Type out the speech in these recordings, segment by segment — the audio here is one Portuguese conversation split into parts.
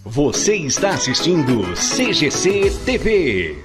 Você está assistindo CGC TV.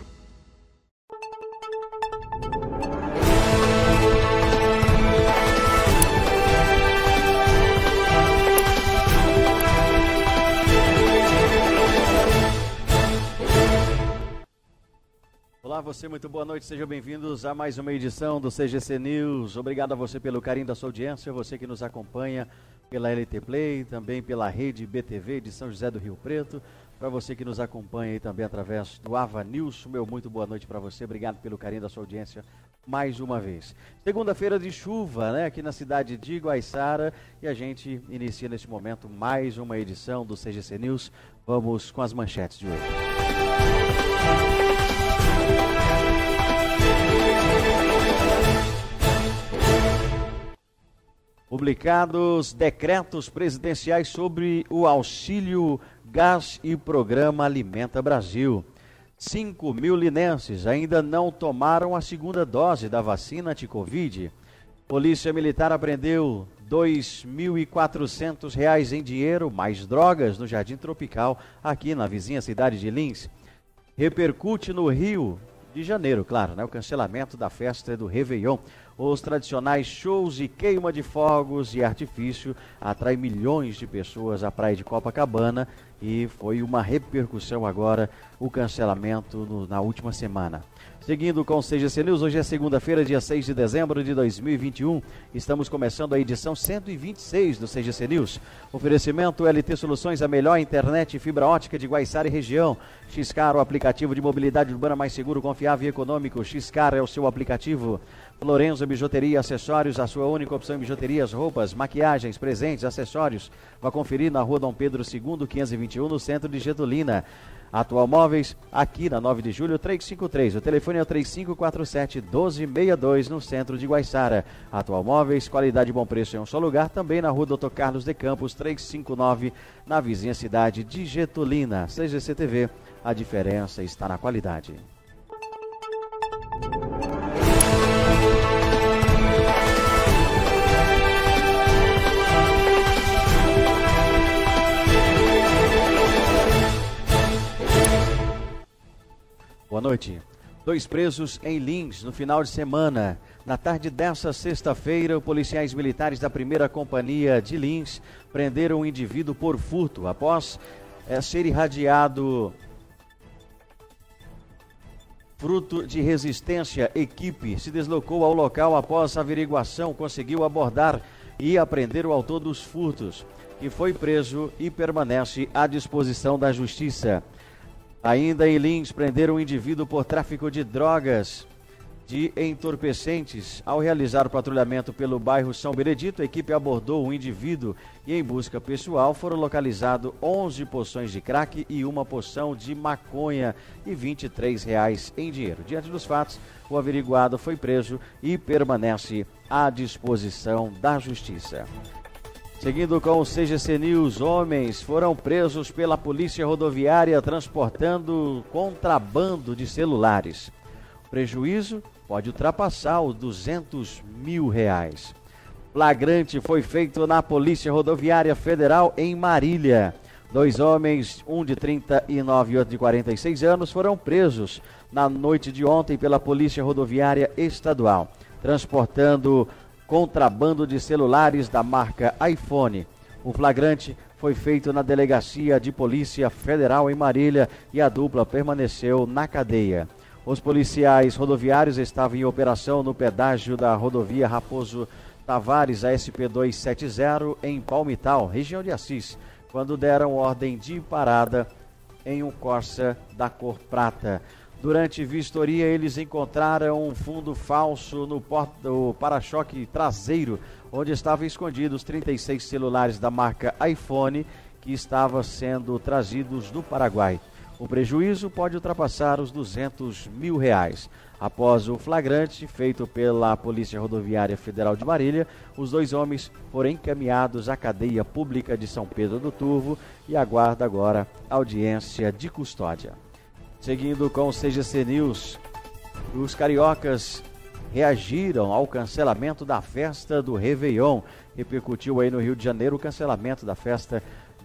Olá, você, muito boa noite, sejam bem-vindos a mais uma edição do CGC News. Obrigado a você pelo carinho da sua audiência, você que nos acompanha pela LT Play, também pela rede BTV de São José do Rio Preto, para você que nos acompanha aí também através do Ava News, meu muito boa noite para você, obrigado pelo carinho da sua audiência mais uma vez. Segunda-feira de chuva, né, aqui na cidade de Guaiçara, e a gente inicia neste momento mais uma edição do CGC News. Vamos com as manchetes de hoje. Publicados decretos presidenciais sobre o auxílio gás e programa Alimenta Brasil. 5.000 linenses ainda não tomaram a segunda dose da vacina anti-Covid. Polícia Militar apreendeu R$ 2.400 em dinheiro, mais drogas no Jardim Tropical, aqui na vizinha cidade de Lins. Repercute no Rio de Janeiro, claro, né? O cancelamento da festa do Réveillon. Os tradicionais shows e queima de fogos e artifício atrai milhões de pessoas à praia de Copacabana e foi uma repercussão agora o cancelamento na última semana. Seguindo com o CGC News, hoje é segunda-feira, dia 6 de dezembro de 2021. Estamos começando a edição 126 do CGC News. Oferecimento LT Soluções, a melhor internet e fibra ótica de Guaiçara e região. Xcar, o aplicativo de mobilidade urbana mais seguro, confiável e econômico. Xcar é o seu aplicativo. Florenzo Bijuteria e Acessórios, a sua única opção em bijuterias, roupas, maquiagens, presentes, acessórios. Vá conferir na rua Dom Pedro II, 521, no centro de Getulina. Atual Móveis, aqui na 9 de julho, 353. O telefone é o 3547-1262, no centro de Guaiçara. Atual Móveis, qualidade e bom preço em um só lugar, também na rua Dr. Carlos de Campos, 359, na vizinha cidade de Getulina. CGC TV, a diferença está na qualidade. Boa noite. 2 presos em Lins no final de semana. Na tarde dessa sexta-feira, policiais militares da 1ª Companhia de Lins prenderam um indivíduo por furto após ser irradiado fruto de resistência. Equipe se deslocou ao local após averiguação, conseguiu abordar e apreender o autor dos furtos, que foi preso e permanece à disposição da Justiça. Ainda em Lins, prenderam um indivíduo por tráfico de drogas, de entorpecentes. Ao realizar o patrulhamento pelo bairro São Benedito, a equipe abordou um indivíduo e, em busca pessoal, foram localizados 11 poções de crack e uma poção de maconha e R$ 23 em dinheiro. Diante dos fatos, o averiguado foi preso e permanece à disposição da Justiça. Seguindo com o CGC News, homens foram presos pela Polícia Rodoviária transportando contrabando de celulares. O prejuízo pode ultrapassar os R$ 200 mil. Flagrante foi feito na Polícia Rodoviária Federal em Marília. 2 homens, um de 39 e outro de 46 anos, foram presos na noite de ontem pela Polícia Rodoviária Estadual, transportando contrabando de celulares da marca iPhone. O flagrante foi feito na Delegacia de Polícia Federal em Marília e a dupla permaneceu na cadeia. Os policiais rodoviários estavam em operação no pedágio da rodovia Raposo Tavares, a SP-270, em Palmital, região de Assis, quando deram ordem de parada em um Corsa da cor prata. Durante vistoria, eles encontraram um fundo falso no para-choque traseiro, onde estavam escondidos 36 celulares da marca iPhone que estavam sendo trazidos do Paraguai. O prejuízo pode ultrapassar os R$ 200 mil. Após o flagrante feito pela Polícia Rodoviária Federal de Marília, os 2 homens foram encaminhados à cadeia pública de São Pedro do Turvo e aguarda agora audiência de custódia. Seguindo com o CGC News, os cariocas reagiram ao cancelamento da festa do Réveillon. Repercutiu aí no Rio de Janeiro o cancelamento da festa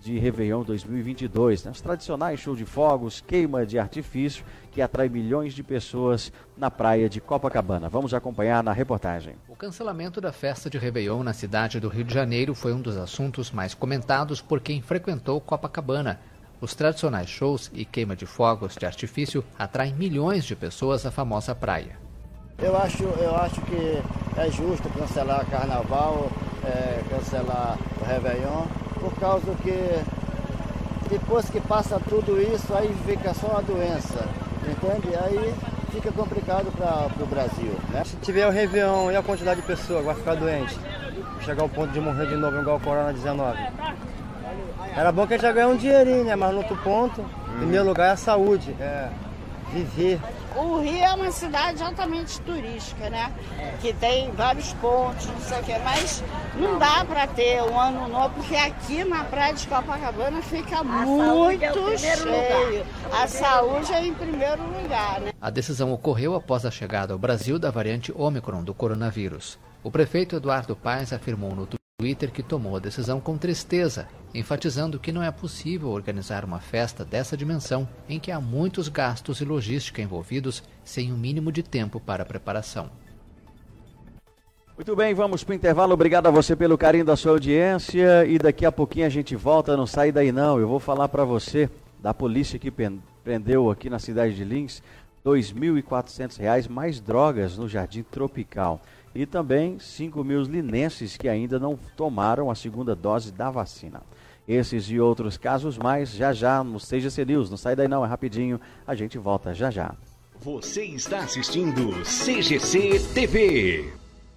de Réveillon 2022, né? Os tradicionais shows de fogos, queima de artifício, que atrai milhões de pessoas na praia de Copacabana. Vamos acompanhar na reportagem. O cancelamento da festa de Réveillon na cidade do Rio de Janeiro foi um dos assuntos mais comentados por quem frequentou Copacabana. Os tradicionais shows e queima de fogos de artifício atraem milhões de pessoas à famosa praia. Eu acho que é justo cancelar o carnaval, cancelar o Réveillon, por causa que depois que passa tudo isso, aí fica só a doença, entende? Aí fica complicado para o Brasil, né? Se tiver o Réveillon e a quantidade de pessoas vai ficar doente, chegar ao ponto de morrer de novo igual o Corona-19. Era bom que a gente já ganhar um dinheirinho, né? Mas no outro ponto, em primeiro lugar é a saúde, viver. O Rio é uma cidade altamente turística, né? Que tem vários pontos, não sei o quê, mas não dá para ter um ano novo, porque aqui na praia de Copacabana fica muito cheio. A saúde é em primeiro lugar, né? A decisão ocorreu após a chegada ao Brasil da variante Ômicron do coronavírus. O prefeito Eduardo Paes afirmou no Twitter que tomou a decisão com tristeza, enfatizando que não é possível organizar uma festa dessa dimensão em que há muitos gastos e logística envolvidos sem o mínimo de tempo para a preparação. Muito bem, vamos para o intervalo. Obrigado a você pelo carinho da sua audiência e daqui a pouquinho a gente volta, não sai daí não. Eu vou falar para você da polícia que prendeu aqui na cidade de Lins R$ 2.400 mais drogas no Jardim Tropical. E também 5.000 linenses que ainda não tomaram a segunda dose da vacina. Esses e outros casos mais, já no CGC News. Não sai daí não, é rapidinho, a gente volta já. Você está assistindo CGC TV.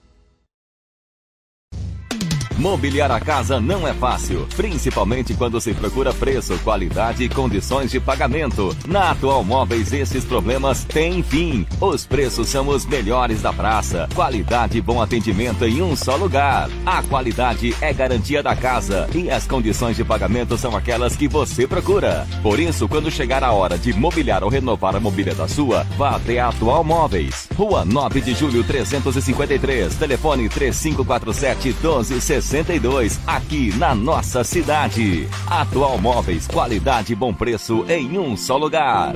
Mobiliar a casa não é fácil, principalmente quando se procura preço, qualidade e condições de pagamento. Na Atual Móveis, esses problemas têm fim. Os preços são os melhores da praça. Qualidade e bom atendimento em um só lugar. A qualidade é garantia da casa e as condições de pagamento são aquelas que você procura. Por isso, quando chegar a hora de mobiliar ou renovar a mobília da sua, vá até a Atual Móveis. Rua 9 de Julho 353, telefone 3547-1260. Aqui na nossa cidade. Atual Móveis, qualidade e bom preço em um só lugar.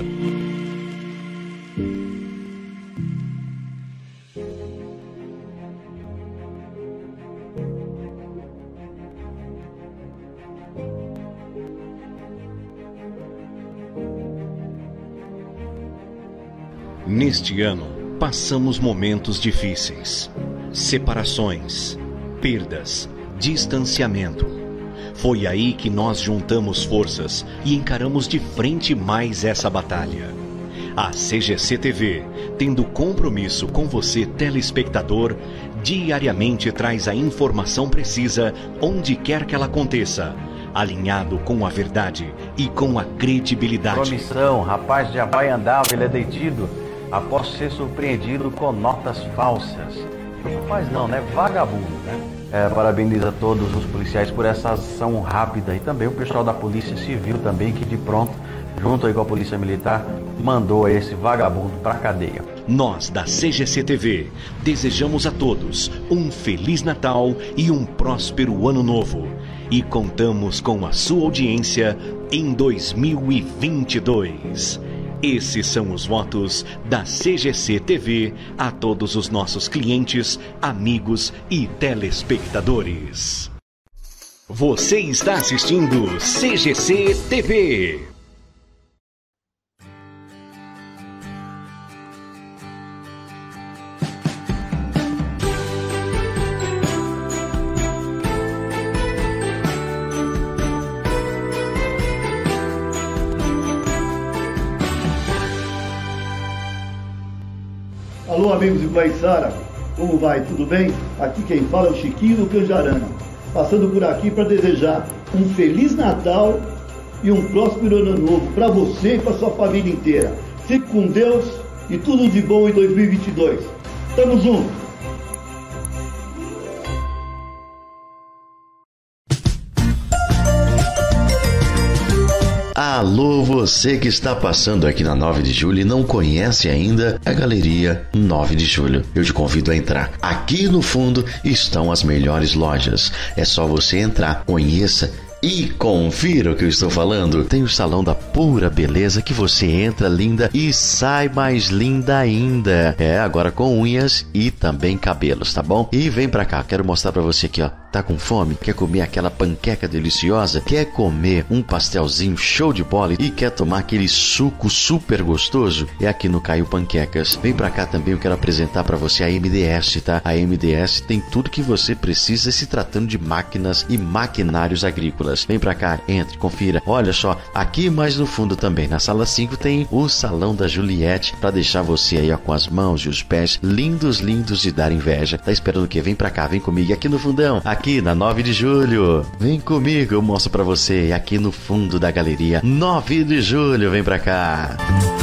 Neste ano, passamos momentos difíceis, separações, perdas, distanciamento. Foi aí que nós juntamos forças e encaramos de frente mais essa batalha. A CGC TV, tendo compromisso com você, telespectador, diariamente traz a informação precisa onde quer que ela aconteça, alinhado com a verdade e com a credibilidade. Promissão, rapaz de Abaiandava, ele é detido após ser surpreendido com notas falsas. Rapaz não, né? Vagabundo, né? Parabeniza a todos os policiais por essa ação rápida e também o pessoal da Polícia Civil também, que de pronto, junto aí com a Polícia Militar, mandou esse vagabundo pra cadeia. Nós da CGC TV desejamos a todos um Feliz Natal e um próspero Ano Novo. E contamos com a sua audiência em 2022. Esses são os votos da CGC TV a todos os nossos clientes, amigos e telespectadores. Você está assistindo CGC TV. Alô, amigos de Guaiçara, como vai? Tudo bem? Aqui quem fala é o Chiquinho do Canjarana, passando por aqui para desejar um Feliz Natal e um próspero Ano Novo para você e para sua família inteira. Fique com Deus e tudo de bom em 2022. Tamo junto! Alô, você que está passando aqui na 9 de julho e não conhece ainda a Galeria 9 de Julho. Eu te convido a entrar. Aqui no fundo estão as melhores lojas. É só você entrar, conheça E confira o que eu estou falando. Tem o Salão da Pura Beleza, que você entra linda e sai mais linda ainda. Agora com unhas e também cabelos, tá bom? E vem pra cá, quero mostrar pra você aqui, ó. Tá com fome? Quer comer aquela panqueca deliciosa? Quer comer um pastelzinho show de bola e quer tomar aquele suco super gostoso? É aqui no Caio Panquecas. Vem pra cá também, eu quero apresentar pra você a MDS, tá? A MDS tem tudo que você precisa se tratando de máquinas e maquinários agrícolas. Vem pra cá, entre, confira. Olha só, aqui mais no fundo também, na sala 5, tem o Salão da Juliette, pra deixar você aí, ó, com as mãos e os pés lindos, lindos de dar inveja. Tá esperando o quê? Vem pra cá, vem comigo. E aqui no fundão, aqui na 9 de julho. Vem comigo, eu mostro pra você. Aqui no fundo da galeria 9 de julho, vem pra cá.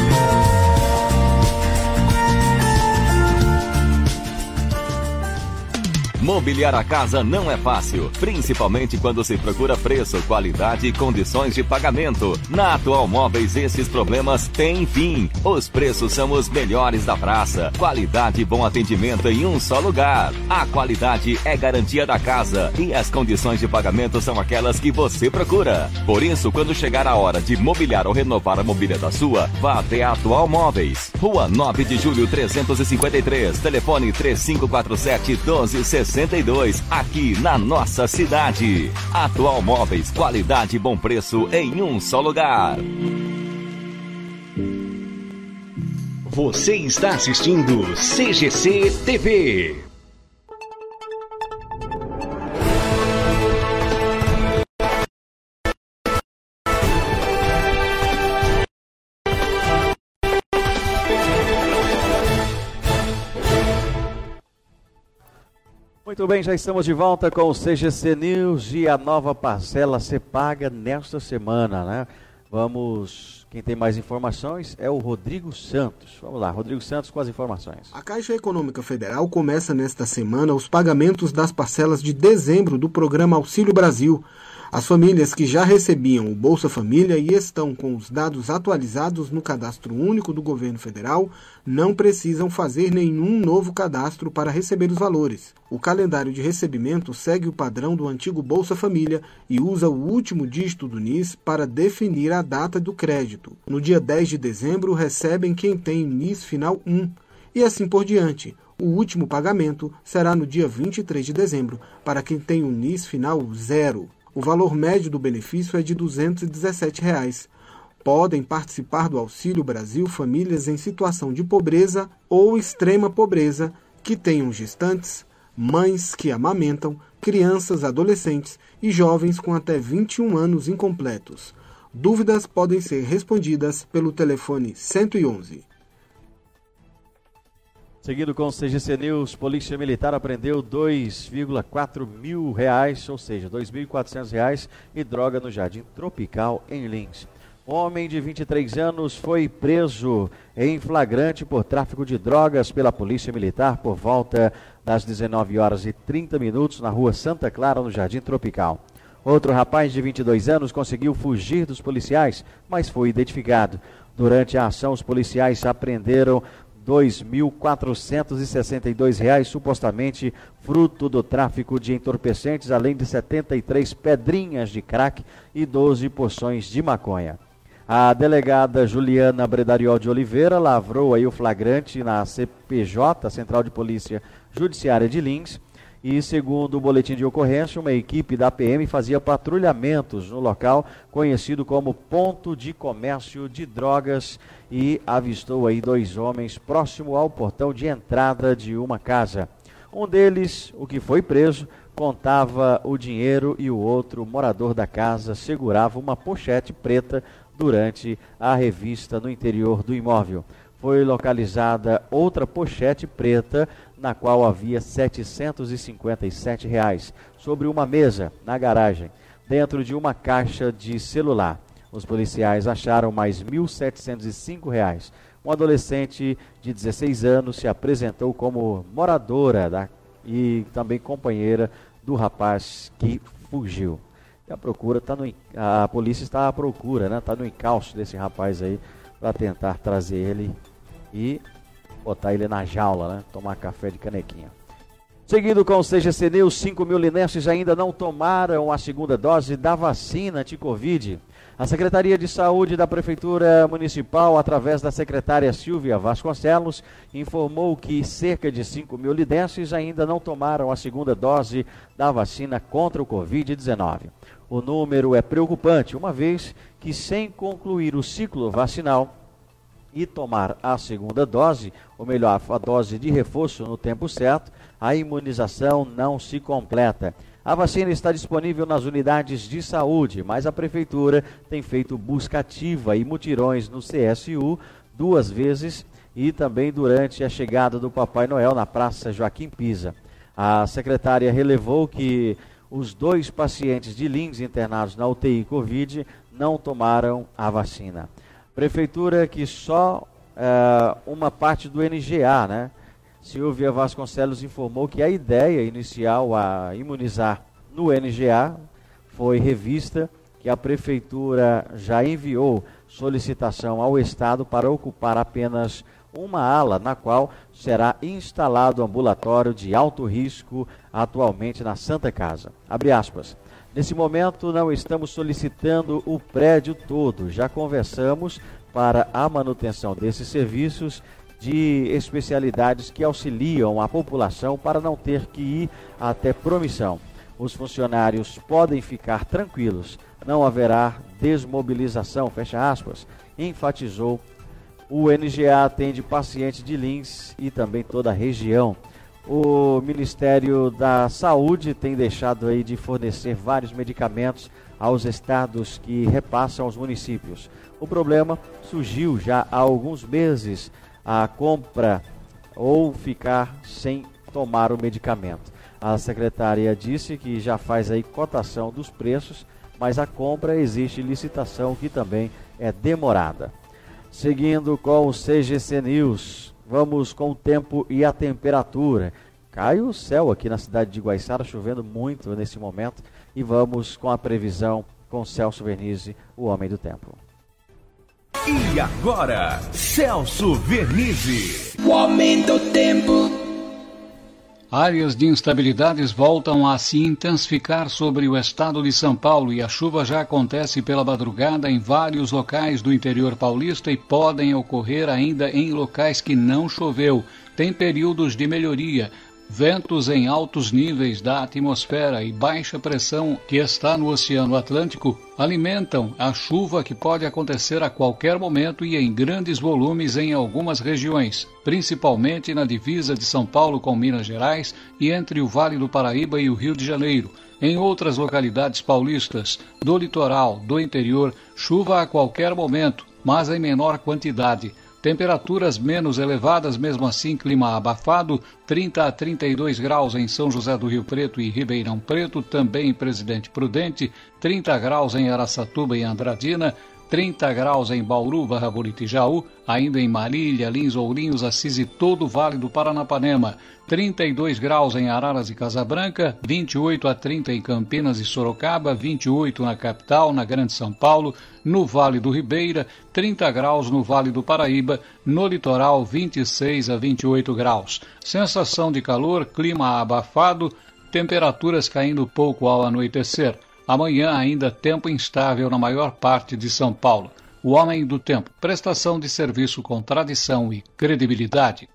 Mobiliar a casa não é fácil, principalmente quando se procura preço, qualidade e condições de pagamento. Na Atual Móveis, esses problemas têm fim. Os preços são os melhores da praça. Qualidade e bom atendimento em um só lugar. A qualidade é garantia da casa e as condições de pagamento são aquelas que você procura. Por isso, quando chegar a hora de mobiliar ou renovar a mobília da sua, vá até a Atual Móveis. Rua 9 de Julho 353, telefone 3547-1260. Aqui na nossa cidade. Atual Móveis, qualidade e bom preço em um só lugar. Você está assistindo CGC TV. Muito bem, já estamos de volta com o CGC News e a nova parcela ser paga nesta semana, né? Quem tem mais informações é o Rodrigo Santos. Vamos lá, Rodrigo Santos com as informações. A Caixa Econômica Federal começa nesta semana os pagamentos das parcelas de dezembro do programa Auxílio Brasil. As famílias que já recebiam o Bolsa Família e estão com os dados atualizados no Cadastro Único do Governo Federal não precisam fazer nenhum novo cadastro para receber os valores. O calendário de recebimento segue o padrão do antigo Bolsa Família e usa o último dígito do NIS para definir a data do crédito. No dia 10 de dezembro recebem quem tem NIS final 1 e assim por diante. O último pagamento será no dia 23 de dezembro para quem tem o NIS final 0. O valor médio do benefício é de R$ 217. Podem participar do Auxílio Brasil famílias em situação de pobreza ou extrema pobreza que tenham gestantes, mães que amamentam, crianças, adolescentes e jovens com até 21 anos incompletos. Dúvidas podem ser respondidas pelo telefone 111. Seguindo com o CGC News, Polícia Militar apreendeu R$2,4 mil, ou seja, R$2.400 e droga no Jardim Tropical, em Lins. Homem de 23 anos foi preso em flagrante por tráfico de drogas pela Polícia Militar por volta das 19h30 na rua Santa Clara, no Jardim Tropical. Outro rapaz de 22 anos conseguiu fugir dos policiais, mas foi identificado. Durante a ação, os policiais apreenderam R$2.462, supostamente fruto do tráfico de entorpecentes, além de 73 pedrinhas de crack e 12 porções de maconha. A delegada Juliana Bredariol de Oliveira lavrou aí o flagrante na CPJ, Central de Polícia Judiciária de Lins, e segundo o boletim de ocorrência, uma equipe da PM fazia patrulhamentos no local conhecido como Ponto de Comércio de Drogas e avistou aí 2 homens próximo ao portão de entrada de uma casa. Um deles, o que foi preso, contava o dinheiro e o outro, morador da casa, segurava uma pochete preta durante a revista no interior do imóvel. Foi localizada outra pochete preta, na qual havia R$757, sobre uma mesa na garagem, dentro de uma caixa de celular. Os policiais acharam mais R$1.705. Um adolescente de 16 anos se apresentou como moradora e também companheira do rapaz que fugiu. E a polícia está à procura, né? Está no encalço desse rapaz aí para tentar trazer ele e botar ele na jaula, né? Tomar café de canequinha. Seguindo com o CGC News, 5 mil linenses ainda não tomaram a segunda dose da vacina anti-Covid. A Secretaria de Saúde da Prefeitura Municipal, através da secretária Silvia Vasconcelos, informou que cerca de 5 mil linenses ainda não tomaram a segunda dose da vacina contra o Covid-19. O número é preocupante, uma vez que, sem concluir o ciclo vacinal e tomar a segunda dose, ou melhor, a dose de reforço no tempo certo, a imunização não se completa. A vacina está disponível nas unidades de saúde, mas a Prefeitura tem feito busca ativa e mutirões no CSU 2 vezes e também durante a chegada do Papai Noel na Praça Joaquim Pisa. A secretária relevou que os 2 pacientes de Lins internados na UTI Covid não tomaram a vacina. Prefeitura que só uma parte do NGA, né? Silvia Vasconcelos informou que a ideia inicial a imunizar no NGA foi revista, que a Prefeitura já enviou solicitação ao Estado para ocupar apenas uma ala, na qual será instalado ambulatório de alto risco atualmente na Santa Casa. Abre aspas. Nesse momento não estamos solicitando o prédio todo, já conversamos para a manutenção desses serviços de especialidades que auxiliam a população para não ter que ir até Promissão. Os funcionários podem ficar tranquilos, não haverá desmobilização, fecha aspas, enfatizou. O NGA atende pacientes de Lins e também toda a região. O Ministério da Saúde tem deixado aí de fornecer vários medicamentos aos estados que repassam aos municípios. O problema surgiu já há alguns meses, a compra ou ficar sem tomar o medicamento. A secretária disse que já faz aí cotação dos preços, mas a compra existe licitação que também é demorada. Seguindo com o CGC News, vamos com o tempo e a temperatura. Cai o céu aqui na cidade de Guaiçara, chovendo muito nesse momento, e vamos com a previsão com Celso Vernizzi, o homem do tempo. E agora, Celso Vernizzi, o homem do tempo. Áreas de instabilidades voltam a se intensificar sobre o estado de São Paulo e a chuva já acontece pela madrugada em vários locais do interior paulista e podem ocorrer ainda em locais que não choveu. Tem períodos de melhoria. Ventos em altos níveis da atmosfera e baixa pressão que está no Oceano Atlântico alimentam a chuva que pode acontecer a qualquer momento e em grandes volumes em algumas regiões, principalmente na divisa de São Paulo com Minas Gerais e entre o Vale do Paraíba e o Rio de Janeiro. Em outras localidades paulistas, do litoral, do interior, chuva a qualquer momento, mas em menor quantidade. Temperaturas menos elevadas, mesmo assim clima abafado, 30 a 32 graus em São José do Rio Preto e Ribeirão Preto, também em Presidente Prudente, 30 graus em Araçatuba e Andradina, 30 graus em Bauru, Barra Bonita e Jaú, ainda em Marília, Lins, Ourinhos, Assis e todo o Vale do Paranapanema, 32 graus em Araras e Casabranca, 28 a 30 em Campinas e Sorocaba, 28 na capital, na Grande São Paulo, no Vale do Ribeira, 30 graus no Vale do Paraíba, no litoral 26 a 28 graus. Sensação de calor, clima abafado, temperaturas caindo pouco ao anoitecer. Amanhã ainda tempo instável na maior parte de São Paulo. O homem do tempo, prestação de serviço com tradição e credibilidade.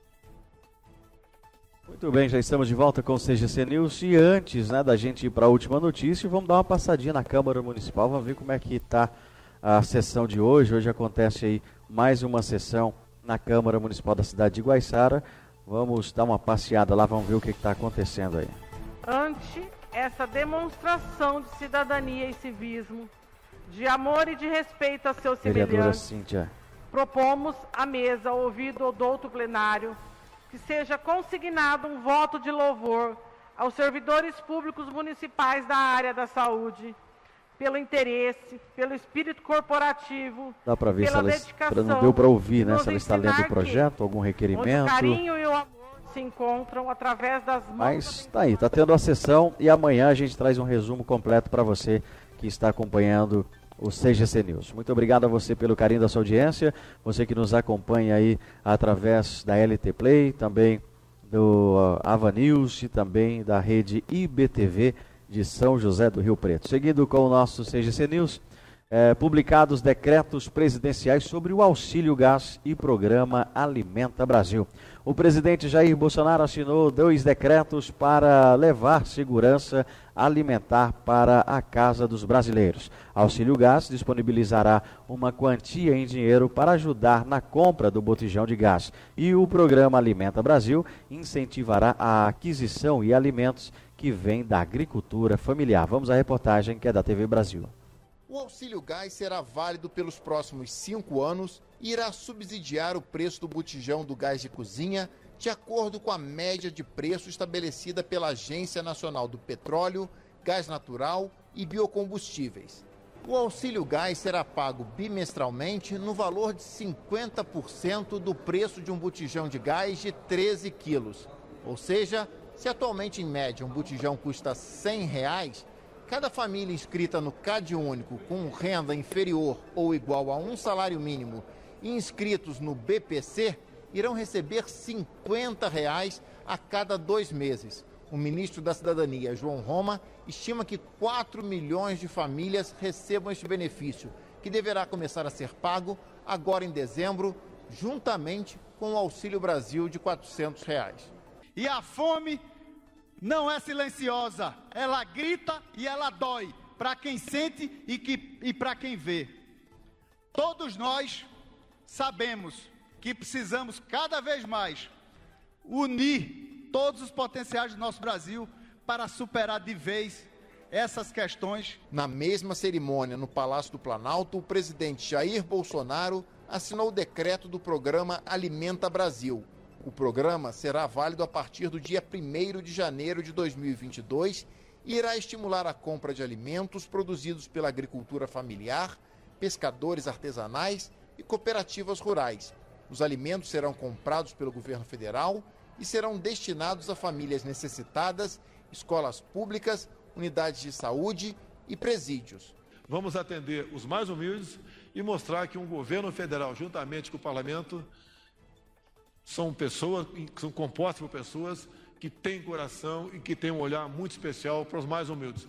Muito bem, já estamos de volta com o CGC News e antes da gente ir para a última notícia, vamos dar uma passadinha na Câmara Municipal, vamos ver como é que está a sessão de hoje. Hoje acontece aí mais uma sessão na Câmara Municipal da cidade de Guaiçara. Vamos dar uma passeada lá, vamos ver o que está acontecendo aí. Ante essa demonstração de cidadania e civismo, de amor e de respeito a seus semelhantes, Cíntia, propomos à mesa, ouvido o douto plenário, que seja consignado um voto de louvor aos servidores públicos municipais da área da saúde, pelo interesse, pelo espírito corporativo, dá para ver pela se ela dedicação. Não deu para ouvir, né? Se ela está lendo o Que projeto, algum requerimento. O carinho e o amor se encontram através das mãos. Mas tá aí, tá tendo a sessão e amanhã a gente traz um resumo completo para você que está acompanhando o CGC News. Muito obrigado a você pelo carinho da sua audiência, você que nos acompanha aí através da LT Play, também do Ava News e também da rede IBTV de São José do Rio Preto. Seguindo com o nosso CGC News, publicados decretos presidenciais sobre o auxílio gás e programa Alimenta Brasil. O presidente Jair Bolsonaro assinou 2 decretos para levar segurança alimentar para a casa dos brasileiros. Auxílio Gás disponibilizará uma quantia em dinheiro para ajudar na compra do botijão de gás. E o programa Alimenta Brasil incentivará a aquisição e alimentos que vêm da agricultura familiar. Vamos à reportagem que é da TV Brasil. O auxílio gás será válido pelos próximos 5 anos e irá subsidiar o preço do botijão do gás de cozinha de acordo com a média de preço estabelecida pela Agência Nacional do Petróleo, Gás Natural e Biocombustíveis. O auxílio gás será pago bimestralmente no valor de 50% do preço de um botijão de gás de 13 quilos. Ou seja, se atualmente em média um botijão custa R$ 100, cada família inscrita no CadÚnico com renda inferior ou igual a um salário mínimo e inscritos no BPC irão receber R$ 50 a cada 2 meses. O ministro da Cidadania, João Roma, estima que 4 milhões de famílias recebam este benefício, que deverá começar a ser pago agora em dezembro, juntamente com o Auxílio Brasil de R$ 400. E a fome não é silenciosa, ela grita e ela dói para quem sente e para quem vê. Todos nós sabemos que precisamos cada vez mais unir todos os potenciais do nosso Brasil para superar de vez essas questões. Na mesma cerimônia no Palácio do Planalto, o presidente Jair Bolsonaro assinou o decreto do programa Alimenta Brasil. O programa será válido a partir do dia 1º de janeiro de 2022 e irá estimular a compra de alimentos produzidos pela agricultura familiar, pescadores artesanais e cooperativas rurais. Os alimentos serão comprados pelo governo federal e serão destinados a famílias necessitadas, escolas públicas, unidades de saúde e presídios. Vamos atender os mais humildes e mostrar que um governo federal, juntamente com o parlamento, são compostos por pessoas que têm coração e que têm um olhar muito especial para os mais humildes.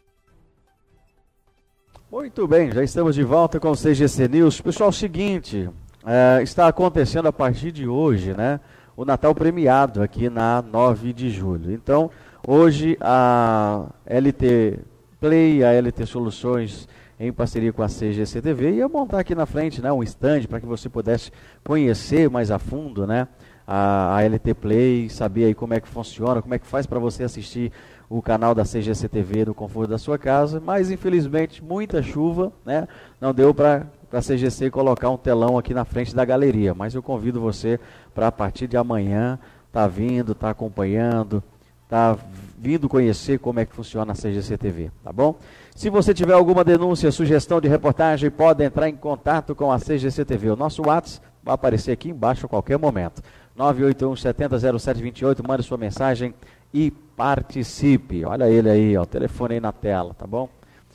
Muito bem, já estamos de volta com o CGC News. Pessoal, seguinte, está acontecendo a partir de hoje, né, o Natal premiado aqui na 9 de julho. Então, hoje a LT Play, a LT Soluções, em parceria com a CGC TV, ia montar aqui na frente, né, um stand para que você pudesse conhecer mais a fundo, né, a LT Play, saber aí como é que funciona, como é que faz para você assistir o canal da CGC TV no conforto da sua casa, mas infelizmente muita chuva, né, não deu para a CGC colocar um telão aqui na frente da galeria, mas eu convido você para a partir de amanhã tá vindo, tá acompanhando, tá vindo conhecer como é que funciona a CGC TV, tá bom? Se você tiver alguma denúncia, sugestão de reportagem, pode entrar em contato com a CGC TV. O nosso WhatsApp vai aparecer aqui embaixo a qualquer momento. 981-70-0728, mande sua mensagem e participe. Olha ele aí, ó, o telefone aí na tela, tá bom?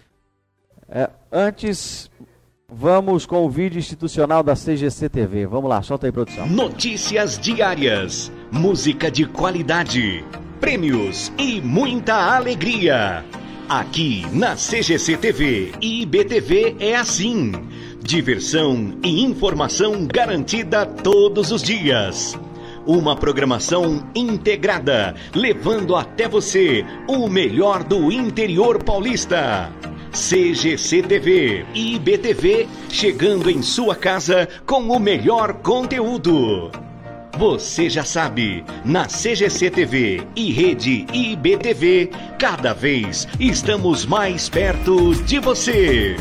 Antes, vamos com o vídeo institucional da CGC TV. Vamos lá, solta aí, produção. Notícias diárias, música de qualidade, prêmios e muita alegria. Aqui na CGC TV e IBTV é assim. Diversão e informação garantida todos os dias. Uma programação integrada, levando até você o melhor do interior paulista. CGC TV e IBTV chegando em sua casa com o melhor conteúdo. Você já sabe, na CGC TV e rede IBTV, cada vez estamos mais perto de você.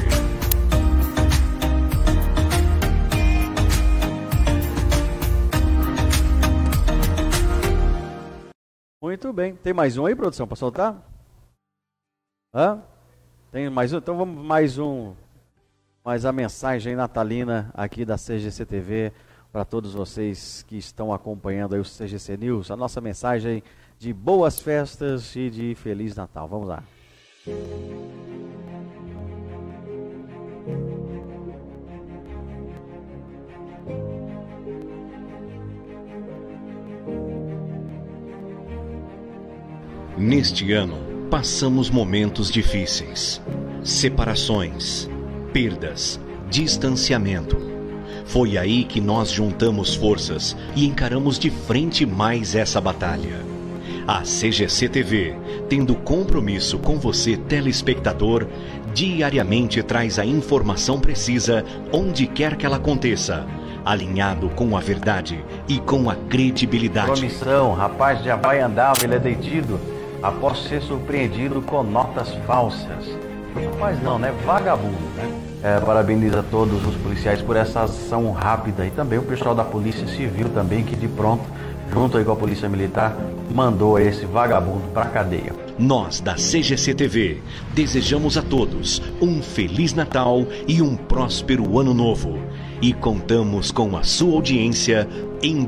Muito bem. Tem mais um aí, produção, para soltar? Tem mais um? Então vamos mais a mensagem natalina aqui da CGC TV para todos vocês que estão acompanhando aí o CGC News. A nossa mensagem de boas festas e de Feliz Natal. Vamos lá. Neste ano, passamos momentos difíceis, separações, perdas, distanciamento. Foi aí que nós juntamos forças e encaramos de frente mais essa batalha. A CGC TV, tendo compromisso com você, telespectador, diariamente traz a informação precisa onde quer que ela aconteça, alinhado com a verdade e com a credibilidade. Comissão, rapaz de Abaiandava, ele é detido após ser surpreendido com notas falsas. Rapaz não, né? Vagabundo, né? Parabeniza todos os policiais por essa ação rápida e também o pessoal da Polícia Civil também, que de pronto, junto aí com a Polícia Militar, mandou esse vagabundo pra cadeia. Nós da CGC TV desejamos a todos um Feliz Natal e um próspero Ano Novo. E contamos com a sua audiência em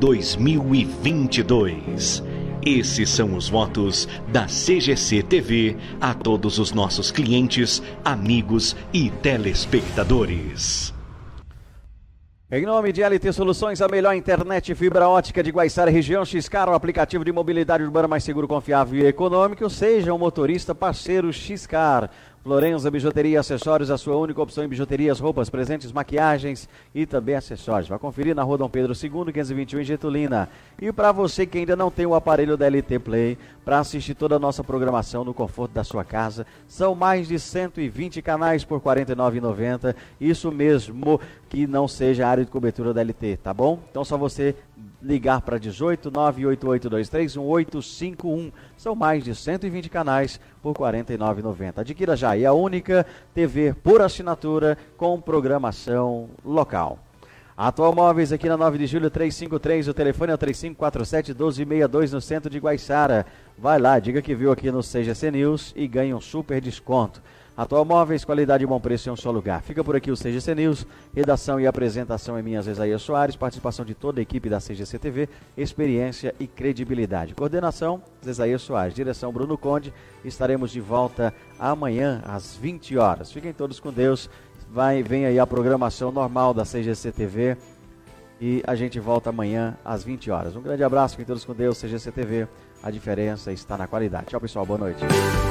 2022. Esses são os votos da CGC TV a todos os nossos clientes, amigos e telespectadores. Em nome de LT Soluções, a melhor internet fibra ótica de Guaiçara, região Xcar, o aplicativo de mobilidade urbana mais seguro, confiável e econômico. Seja um motorista parceiro Xcar. Florenza Bijuteria e Acessórios, a sua única opção em bijuterias, roupas, presentes, maquiagens e também acessórios. Vai conferir na Rua Dom Pedro II, 521 em Getulina. E para você que ainda não tem o aparelho da LT Play, para assistir toda a nossa programação no conforto da sua casa, são mais de 120 canais por R$ 49,90. Isso mesmo, que não seja a área de cobertura da LT, tá bom? Então só você ligar para 18 98823 1851. São mais de 120 canais por R$ 49,90. Adquira já, e a única TV por assinatura com programação local. Atual Móveis aqui na 9 de julho 353, o telefone é o 3547-1262 no centro de Guaiçara. Vai lá, diga que viu aqui no CGC News e ganhe um super desconto. Atual Móveis, qualidade e bom preço em um só lugar. Fica por aqui o CGC News, redação e apresentação em minhas Isaías Soares, participação de toda a equipe da CGC TV, experiência e credibilidade. Coordenação, Isaías Soares, direção Bruno Conde. Estaremos de volta amanhã às 20 horas. Fiquem todos com Deus. Vem aí a programação normal da CGC TV e a gente volta amanhã às 20 horas. Um grande abraço, fiquem todos com Deus, CGC TV. A diferença está na qualidade. Tchau, pessoal, boa noite.